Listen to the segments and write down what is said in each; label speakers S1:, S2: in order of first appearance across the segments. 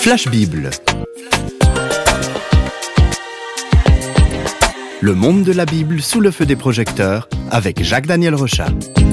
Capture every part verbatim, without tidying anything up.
S1: Flash Bible. Le monde de la Bible sous le feu des projecteurs avec Jacques-Daniel Rochat.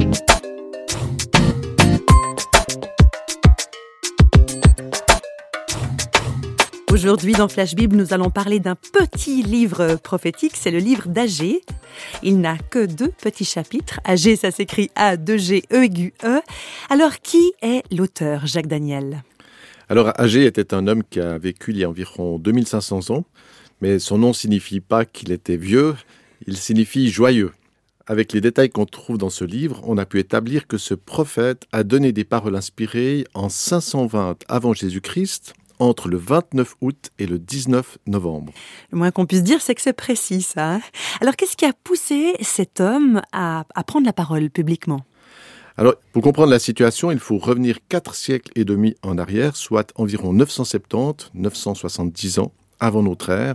S2: Aujourd'hui, dans Flash Bible, nous allons parler d'un petit livre prophétique, c'est le livre d'Agée. Il n'a que deux petits chapitres. Agée, ça s'écrit A deux G E aigu E. Alors, qui est l'auteur, Jacques Daniel ?
S3: Alors, Agée était un homme qui a vécu il y a environ deux mille cinq cents ans, mais son nom ne signifie pas qu'il était vieux, il signifie joyeux. Avec les détails qu'on trouve dans ce livre, on a pu établir que ce prophète a donné des paroles inspirées en cinq cent vingt avant Jésus-Christ, entre le vingt-neuf août et le dix-neuf novembre.
S2: Le moins qu'on puisse dire, c'est que c'est précis, ça. Hein ? Alors, qu'est-ce qui a poussé cet homme à, à prendre la parole publiquement ?
S3: Alors, pour comprendre la situation, il faut revenir quatre siècles et demi en arrière, soit environ neuf cent soixante-dix, neuf cent soixante-dix ans avant notre ère.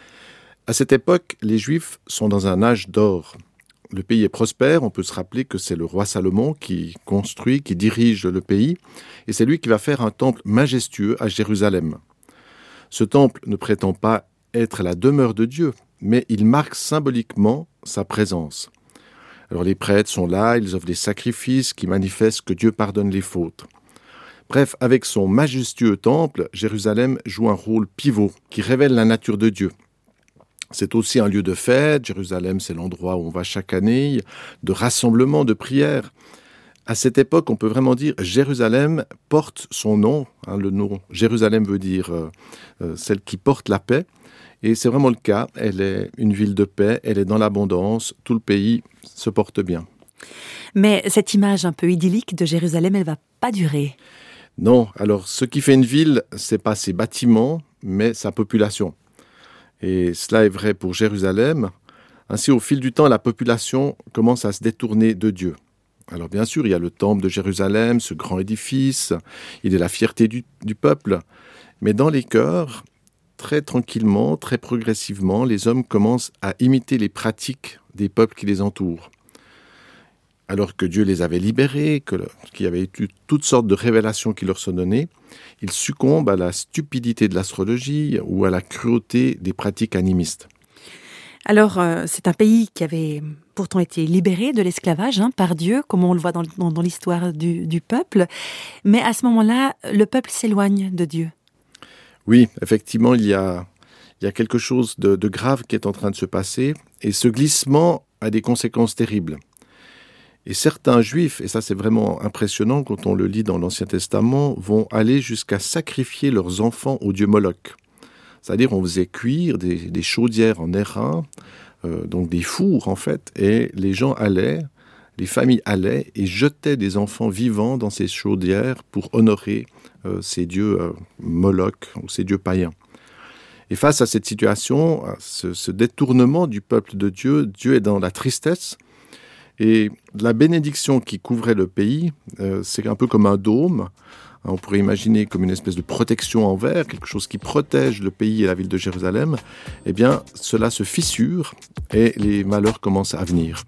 S3: À cette époque, les Juifs sont dans un âge d'or. Le pays est prospère, on peut se rappeler que c'est le roi Salomon qui construit, qui dirige le pays, et c'est lui qui va faire un temple majestueux à Jérusalem. Ce temple ne prétend pas être la demeure de Dieu, mais il marque symboliquement sa présence. Alors les prêtres sont là, ils offrent des sacrifices qui manifestent que Dieu pardonne les fautes. Bref, avec son majestueux temple, Jérusalem joue un rôle pivot qui révèle la nature de Dieu. C'est aussi un lieu de fête. Jérusalem, c'est l'endroit où on va chaque année, de rassemblement, de prière. À cette époque, on peut vraiment dire Jérusalem porte son nom. Hein, le nom Jérusalem veut dire euh, euh, celle qui porte la paix. Et c'est vraiment le cas. Elle est une ville de paix, elle est dans l'abondance. Tout le pays se porte bien.
S2: Mais cette image un peu idyllique de Jérusalem, elle ne va pas durer.
S3: Non. Alors, ce qui fait une ville, ce n'est pas ses bâtiments, mais sa population. Et cela est vrai pour Jérusalem. Ainsi, au fil du temps, la population commence à se détourner de Dieu. Alors bien sûr, il y a le temple de Jérusalem, ce grand édifice, il est la fierté du, du peuple. Mais dans les cœurs, très tranquillement, très progressivement, les hommes commencent à imiter les pratiques des peuples qui les entourent. Alors que Dieu les avait libérés, que le, qu'il y avait eu toutes sortes de révélations qui leur sont données, ils succombent à la stupidité de l'astrologie ou à la cruauté des pratiques animistes.
S2: Alors, euh, c'est un pays qui avait pourtant été libéré de l'esclavage hein, par Dieu, comme on le voit dans, dans, dans l'histoire du, du peuple. Mais à ce moment-là, le peuple s'éloigne de Dieu.
S3: Oui, effectivement, il y a, il y a quelque chose de, de grave qui est en train de se passer. Et ce glissement a des conséquences terribles. Et certains juifs, et ça c'est vraiment impressionnant quand on le lit dans l'Ancien Testament, vont aller jusqu'à sacrifier leurs enfants au dieu Moloch. C'est-à-dire on faisait cuire des, des chaudières en airain, euh, donc des fours en fait, et les gens allaient, les familles allaient et jetaient des enfants vivants dans ces chaudières pour honorer euh, ces dieux euh, Moloch ou ces dieux païens. Et face à cette situation, à ce, ce détournement du peuple de Dieu, Dieu est dans la tristesse. Et la bénédiction qui couvrait le pays, euh, c'est un peu comme un dôme. On pourrait imaginer comme une espèce de protection en verre, quelque chose qui protège le pays et la ville de Jérusalem. Eh bien, cela se fissure et les malheurs commencent à venir.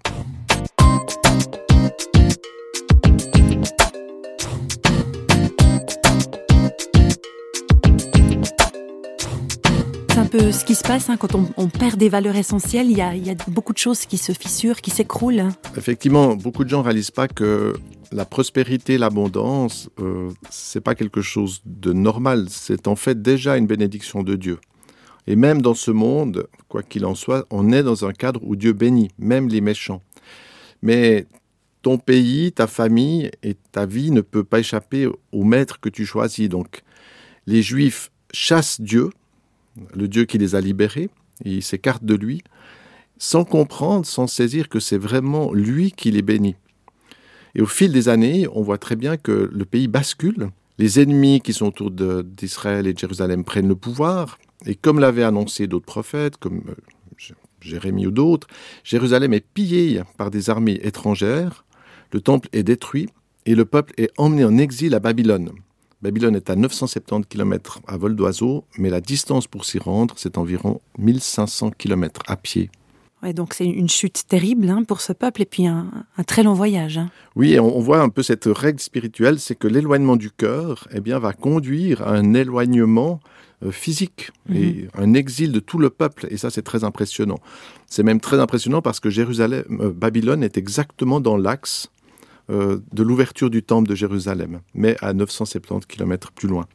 S2: C'est un peu ce qui se passe hein, quand on, on perd des valeurs essentielles. Il y, a, il y a beaucoup de choses qui se fissurent, qui s'écroulent. Hein.
S3: Effectivement, beaucoup de gens ne réalisent pas que la prospérité, l'abondance, euh, ce n'est pas quelque chose de normal. C'est en fait déjà une bénédiction de Dieu. Et même dans ce monde, quoi qu'il en soit, on est dans un cadre où Dieu bénit, même les méchants. Mais ton pays, ta famille et ta vie ne peuvent pas échapper au maître que tu choisis. Donc, les Juifs chassent Dieu, le Dieu qui les a libérés, ils s'écartent de lui, sans comprendre, sans saisir que c'est vraiment lui qui les bénit. Et au fil des années, on voit très bien que le pays bascule. Les ennemis qui sont autour de, d'Israël et de Jérusalem prennent le pouvoir. Et comme l'avaient annoncé d'autres prophètes, comme euh, Jérémie ou d'autres, Jérusalem est pillée par des armées étrangères, le temple est détruit et le peuple est emmené en exil à Babylone. Babylone est à neuf cent soixante-dix kilomètres à vol d'oiseau, mais la distance pour s'y rendre, c'est environ mille cinq cents kilomètres à pied.
S2: Ouais, donc c'est une chute terrible hein, pour ce peuple et puis un, un très long voyage. Hein.
S3: Oui, et on voit un peu cette règle spirituelle, c'est que l'éloignement du cœur eh bien, va conduire à un éloignement euh, physique mm-hmm. et un exil de tout le peuple. Et ça, c'est très impressionnant. C'est même très impressionnant parce que Jérusalem, euh, Babylone est exactement dans l'axe euh, de l'ouverture du temple de Jérusalem, mais à neuf cent soixante-dix kilomètres plus loin.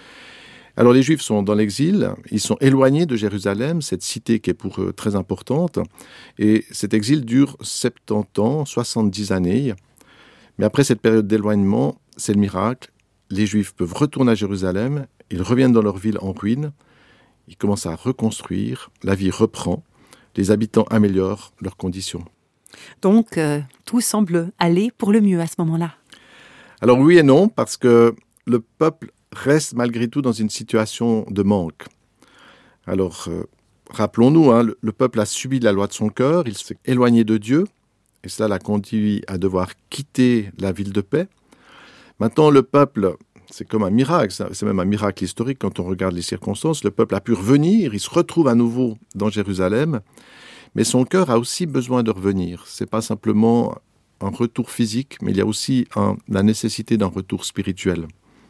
S3: Alors les Juifs sont dans l'exil, ils sont éloignés de Jérusalem, cette cité qui est pour eux très importante, et cet exil dure soixante-dix ans, soixante-dix années. Mais après cette période d'éloignement, c'est le miracle, les Juifs peuvent retourner à Jérusalem, ils reviennent dans leur ville en ruine, ils commencent à reconstruire, la vie reprend, les habitants améliorent leurs conditions.
S2: Donc euh, tout semble aller pour le mieux à ce moment-là.
S3: Alors oui et non, parce que le peuple reste malgré tout dans une situation de manque. Alors, euh, rappelons-nous, hein, le, le peuple a subi la loi de son cœur, il s'est éloigné de Dieu, et cela l'a conduit à devoir quitter la ville de paix. Maintenant, le peuple, c'est comme un miracle, c'est même un miracle historique quand on regarde les circonstances, le peuple a pu revenir, il se retrouve à nouveau dans Jérusalem, mais son cœur a aussi besoin de revenir. Ce n'est pas simplement un retour physique, mais il y a aussi un, la nécessité d'un retour spirituel.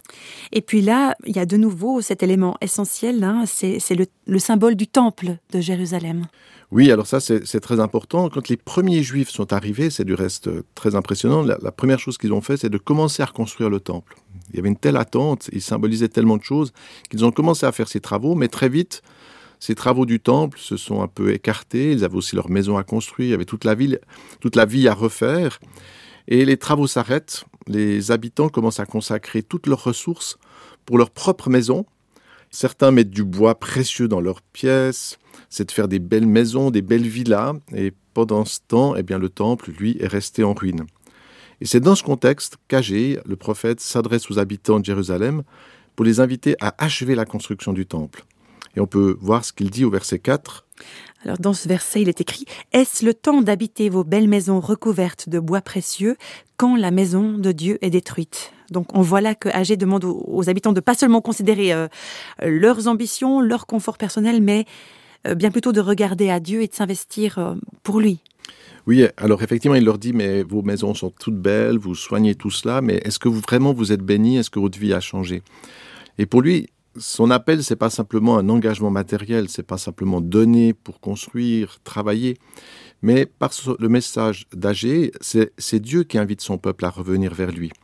S2: Et puis là, il y a de nouveau cet élément essentiel, hein, c'est, c'est le, le symbole du temple de Jérusalem.
S3: Oui, alors ça, c'est, c'est très important. Quand les premiers Juifs sont arrivés, c'est du reste très impressionnant, la, la première chose qu'ils ont fait, c'est de commencer à reconstruire le temple. Il y avait une telle attente, ils symbolisaient tellement de choses, qu'ils ont commencé à faire ces travaux, mais très vite, ces travaux du temple se sont un peu écartés, ils avaient aussi leur maison à construire, il y avait toute la ville, toute la vie à refaire. Et les travaux s'arrêtent, les habitants commencent à consacrer toutes leurs ressources pour leur propre maison. Certains mettent du bois précieux dans leurs pièces, c'est de faire des belles maisons, des belles villas. Et pendant ce temps, eh bien, le temple, lui, est resté en ruine. Et c'est dans ce contexte qu'Agé, le prophète, s'adresse aux habitants de Jérusalem pour les inviter à achever la construction du temple. Et on peut voir ce qu'il dit au verset quatre.
S2: Alors dans ce verset, il est écrit « Est-ce le temps d'habiter vos belles maisons recouvertes de bois précieux quand la maison de Dieu est détruite ?» Donc on voit là que Agé demande aux, aux habitants de pas seulement considérer euh, leurs ambitions, leur confort personnel, mais euh, bien plutôt de regarder à Dieu et de s'investir euh, pour lui.
S3: Oui, alors effectivement, il leur dit « Mais vos maisons sont toutes belles, vous soignez tout cela, mais est-ce que vous, vraiment vous êtes bénis? Est-ce que votre vie a changé ?» Et pour lui, son appel, c'est pas simplement un engagement matériel, c'est pas simplement donner pour construire, travailler, mais par le message d'Agé, c'est, c'est Dieu qui invite son peuple à revenir vers lui.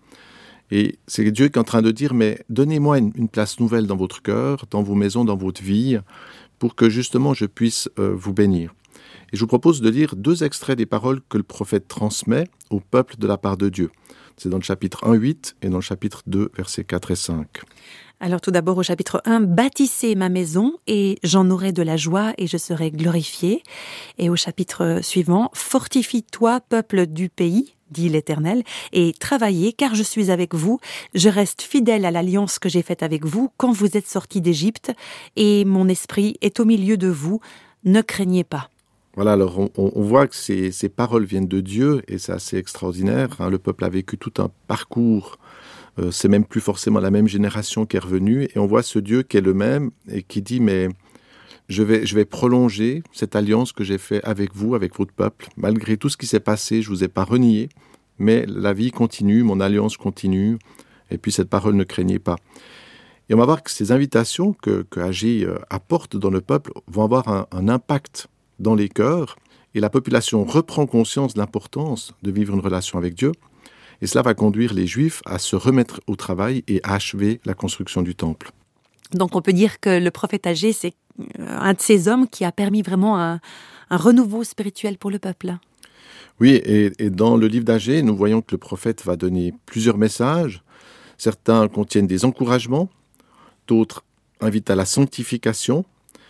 S3: Et c'est Dieu qui est en train de dire, mais donnez-moi une, une place nouvelle dans votre cœur, dans vos maisons, dans votre vie, pour que justement je puisse euh, vous bénir. Et je vous propose de lire deux extraits des paroles que le prophète transmet au peuple de la part de Dieu. C'est dans le chapitre un, huit et dans le chapitre deux, versets quatre et cinq.
S2: Alors tout d'abord au chapitre un, « Bâtissez ma maison et j'en aurai de la joie et je serai glorifié. » Et au chapitre suivant, « Fortifie-toi, peuple du pays, dit l'Éternel, et travaillez, car je suis avec vous. Je reste fidèle à l'alliance que j'ai faite avec vous quand vous êtes sortis d'Égypte, et mon esprit est au milieu de vous. Ne craignez pas. »
S3: Voilà, alors on, on voit que ces, ces paroles viennent de Dieu, et c'est assez extraordinaire. Hein, le peuple a vécu tout un parcours. Euh, c'est même plus forcément la même génération qui est revenue, et on voit ce Dieu qui est le même et qui dit mais je vais, je vais prolonger cette alliance que j'ai faite avec vous, avec votre peuple. Malgré tout ce qui s'est passé, je ne vous ai pas renié, mais la vie continue, mon alliance continue, et puis cette parole ne craignez pas. Et on va voir que ces invitations que, que Agé euh, apporte dans le peuple vont avoir un, un impact dans les cœurs, et la population reprend conscience de l'importance de vivre une relation avec Dieu. Et cela va conduire les Juifs à se remettre au travail et à achever la construction du temple.
S2: Donc on peut dire que le prophète Agé, c'est un de ces hommes qui a permis vraiment un, un renouveau spirituel pour le peuple.
S3: Oui, et, et dans le livre d'Agé, nous voyons que le prophète va donner plusieurs messages. Certains contiennent des encouragements, d'autres invitent à la sanctification,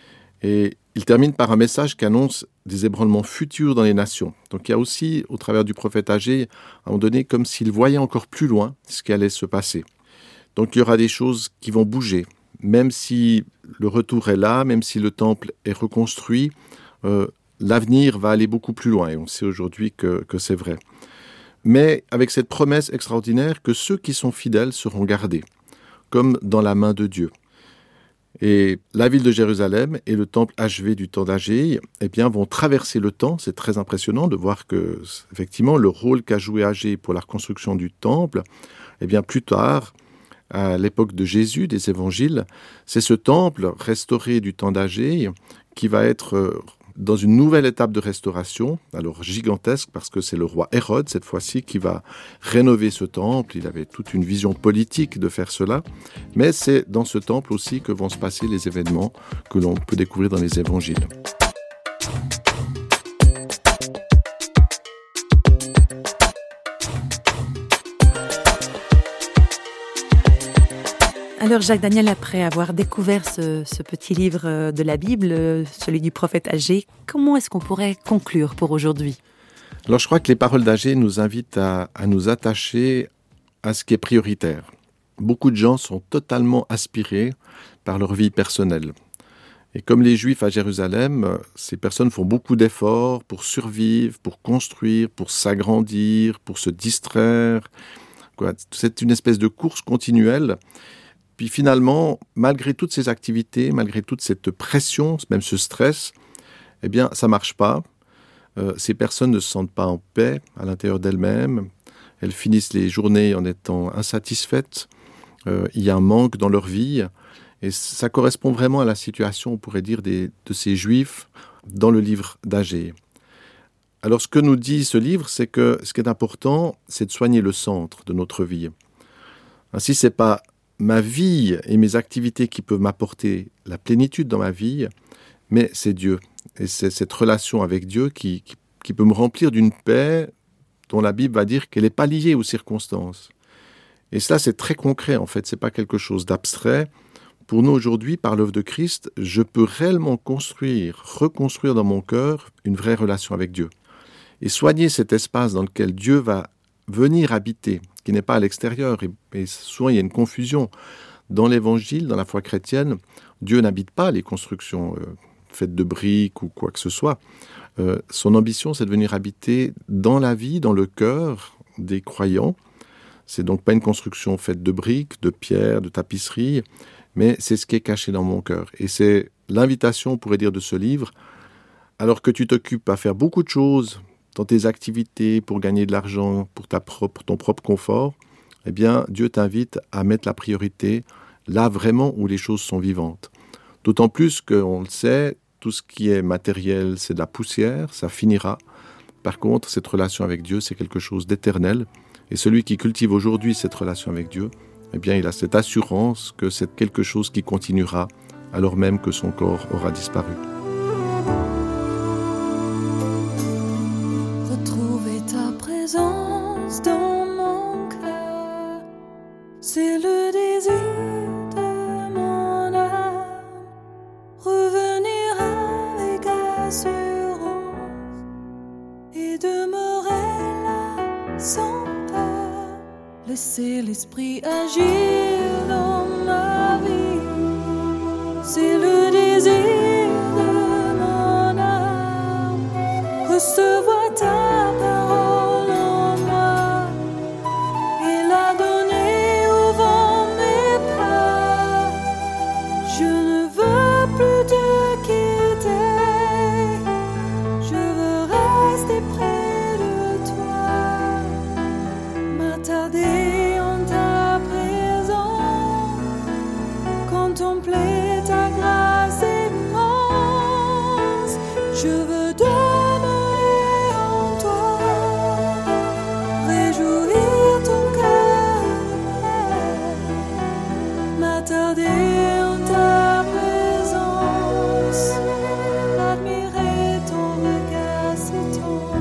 S3: et il termine par un message qui annonce des ébranlements futurs dans les nations. Donc il y a aussi, au travers du prophète Agé, à un moment donné, comme s'il voyait encore plus loin ce qui allait se passer. Donc il y aura des choses qui vont bouger. Même si le retour est là, même si le temple est reconstruit, euh, l'avenir va aller beaucoup plus loin. Et on sait aujourd'hui que, que c'est vrai. Mais avec cette promesse extraordinaire que ceux qui sont fidèles seront gardés, comme dans la main de Dieu. Et la ville de Jérusalem et le temple achevé du temps d'Agé eh bien, vont traverser le temps. C'est très impressionnant de voir que, effectivement, le rôle qu'a joué Agé pour la reconstruction du temple, eh bien, plus tard, à l'époque de Jésus, des évangiles, c'est ce temple restauré du temps d'Agé qui va être dans une nouvelle étape de restauration, alors gigantesque, parce que c'est le roi Hérode, cette fois-ci, qui va rénover ce temple. Il avait toute une vision politique de faire cela, mais c'est dans ce temple aussi que vont se passer les événements que l'on peut découvrir dans les évangiles.
S2: Alors Jacques Daniel, après avoir découvert ce, ce petit livre de la Bible, celui du prophète Agé, comment est-ce qu'on pourrait conclure pour aujourd'hui ?
S3: Alors je crois que les paroles d'Agé nous invitent à, à nous attacher à ce qui est prioritaire. Beaucoup de gens sont totalement aspirés par leur vie personnelle. Et comme les Juifs à Jérusalem, ces personnes font beaucoup d'efforts pour survivre, pour construire, pour s'agrandir, pour se distraire. Quoi. C'est une espèce de course continuelle. Puis finalement, malgré toutes ces activités, malgré toute cette pression, même ce stress, eh bien, ça ne marche pas. Euh, ces personnes ne se sentent pas en paix à l'intérieur d'elles-mêmes. Elles finissent les journées en étant insatisfaites. Euh, il y a un manque dans leur vie. Et ça correspond vraiment à la situation, on pourrait dire, des, de ces Juifs dans le livre d'Agé. Alors, ce que nous dit ce livre, c'est que ce qui est important, c'est de soigner le centre de notre vie. Ainsi, ce n'est pas ma vie et mes activités qui peuvent m'apporter la plénitude dans ma vie, mais c'est Dieu. Et c'est cette relation avec Dieu qui, qui, qui peut me remplir d'une paix dont la Bible va dire qu'elle n'est pas liée aux circonstances. Et cela, c'est très concret, en fait. Ce n'est pas quelque chose d'abstrait. Pour nous, aujourd'hui, par l'œuvre de Christ, je peux réellement construire, reconstruire dans mon cœur une vraie relation avec Dieu. Et soigner cet espace dans lequel Dieu va venir habiter, qui n'est pas à l'extérieur. Et, et souvent, il y a une confusion. Dans l'Évangile, dans la foi chrétienne, Dieu n'habite pas les constructions euh, faites de briques ou quoi que ce soit. Euh, son ambition, c'est de venir habiter dans la vie, dans le cœur des croyants. C'est donc pas une construction faite de briques, de pierres, de tapisseries, mais c'est ce qui est caché dans mon cœur. Et c'est l'invitation, on pourrait dire, de ce livre. Alors que tu t'occupes à faire beaucoup de choses dans tes activités pour gagner de l'argent, pour ta propre, ton propre confort, eh bien, Dieu t'invite à mettre la priorité là vraiment où les choses sont vivantes. D'autant plus qu'on le sait, tout ce qui est matériel, c'est de la poussière, ça finira. Par contre, cette relation avec Dieu, c'est quelque chose d'éternel. Et celui qui cultive aujourd'hui cette relation avec Dieu, eh bien, il a cette assurance que c'est quelque chose qui continuera alors même que son corps aura disparu.
S4: Retrouver ta présence dans mon cœur, c'est le désir de mon âme. Revenir avec assurance et demeurer là sans peur. Laisser l'esprit agir dans ma vie, c'est le désir de mon âme. Recevoir ta parole en moi et la donner au vent mes pas. Je ne veux plus te quitter, je veux rester près de toi, m'attarder en ta présence, contempler ta grâce immense. Je veux demeurer en toi, réjouir ton cœur de paix, m'attarder en ta présence, admirer ton regard si tendre.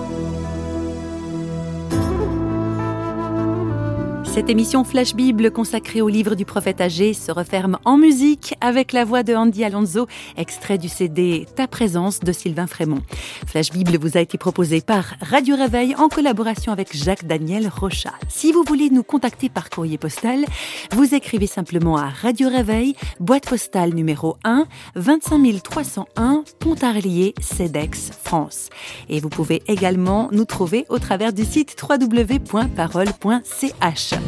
S2: Cette émission Flash Bible consacrée au livre du prophète Agé se referme en musique avec la voix de Andy Alonso, extrait du C D Ta présence de Sylvain Frémont. Flash Bible vous a été proposé par Radio Réveil en collaboration avec Jacques Daniel Rochat. Si vous voulez nous contacter par courrier postal, vous écrivez simplement à Radio Réveil, boîte postale numéro un, vingt-cinq mille trois cent un, Pontarlier, Cedex, France. Et vous pouvez également nous trouver au travers du site w w w point parole point c h.